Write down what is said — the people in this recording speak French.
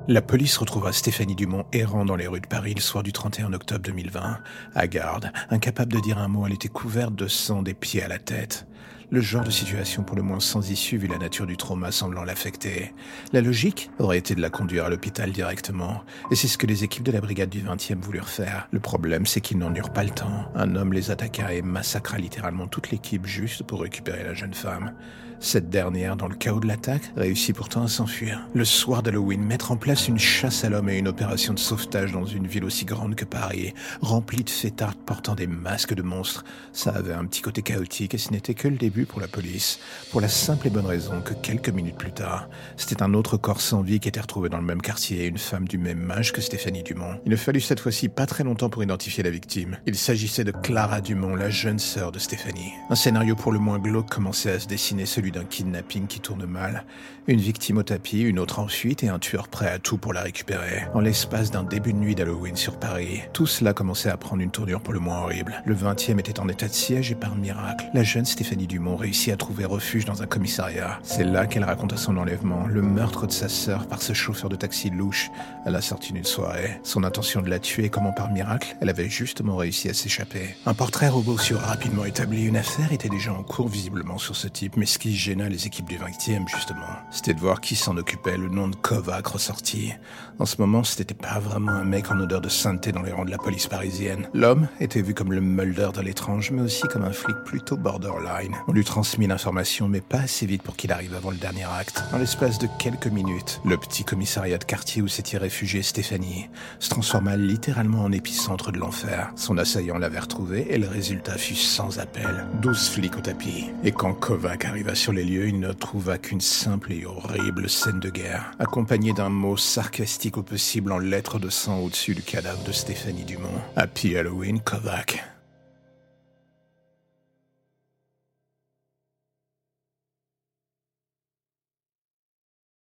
La police retrouvera Stéphanie Dumont errant dans les rues de Paris le soir du 31 octobre 2020. Hagarde, incapable de dire un mot, elle était couverte de sang des pieds à la tête. Le genre de situation pour le moins sans issue vu la nature du trauma semblant l'affecter. La logique aurait été de la conduire à l'hôpital directement. Et c'est ce que les équipes de la brigade du 20e voulurent faire. Le problème, c'est qu'ils n'en eurent pas le temps. Un homme les attaqua et massacra littéralement toute l'équipe juste pour récupérer la jeune femme. Cette dernière, dans le chaos de l'attaque, réussit pourtant à s'enfuir. Le soir d'Halloween, mettre en place une chasse à l'homme et une opération de sauvetage dans une ville aussi grande que Paris, remplie de fêtards portant des masques de monstres, ça avait un petit côté chaotique et ce n'était que le début pour la police. Pour la simple et bonne raison que quelques minutes plus tard, c'était un autre corps sans vie qui était retrouvé dans le même quartier, une femme du même âge que Stéphanie Dumont. Il ne fallut cette fois-ci pas très longtemps pour identifier la victime. Il s'agissait de Clara Dumont, la jeune sœur de Stéphanie. Un scénario pour le moins glauque commençait à se dessiner, celui d'un kidnapping qui tourne mal. Une victime au tapis, une autre en fuite et un tueur prêt à tout pour la récupérer. En l'espace d'un début de nuit d'Halloween sur Paris, tout cela commençait à prendre une tournure pour le moins horrible. Le 20e était en état de siège et par miracle, la jeune Stéphanie Dumont réussit à trouver refuge dans un commissariat. C'est là qu'elle raconta son enlèvement, le meurtre de sa sœur par ce chauffeur de taxi louche à la sortie d'une soirée. Son intention de la tuer, comment par miracle, elle avait justement réussi à s'échapper. Un portrait robot sur rapidement établi, une affaire était déjà en cours visiblement sur ce type, mais ce qui gêna les équipes du 20e justement, c'était de voir qui s'en occupait, le nom de Kovac ressorti. En ce moment, c'était pas vraiment un mec en odeur de sainteté dans les rangs de la police parisienne. L'homme était vu comme le Mulder de l'étrange, mais aussi comme un flic plutôt borderline. On lui transmit l'information, mais pas assez vite pour qu'il arrive avant le dernier acte. En l'espace de quelques minutes, le petit commissariat de quartier où s'était réfugiée Stéphanie se transforma littéralement en épicentre de l'enfer. Son assaillant l'avait retrouvé et le résultat fut sans appel. 12 flics au tapis. Et quand Kovac arriva sur les lieux, il ne trouva qu'une simple et horrible scène de guerre, accompagnée d'un mot sarcastique au possible en lettres de sang au-dessus du cadavre de Stéphanie Dumont. Happy Halloween, Kovac.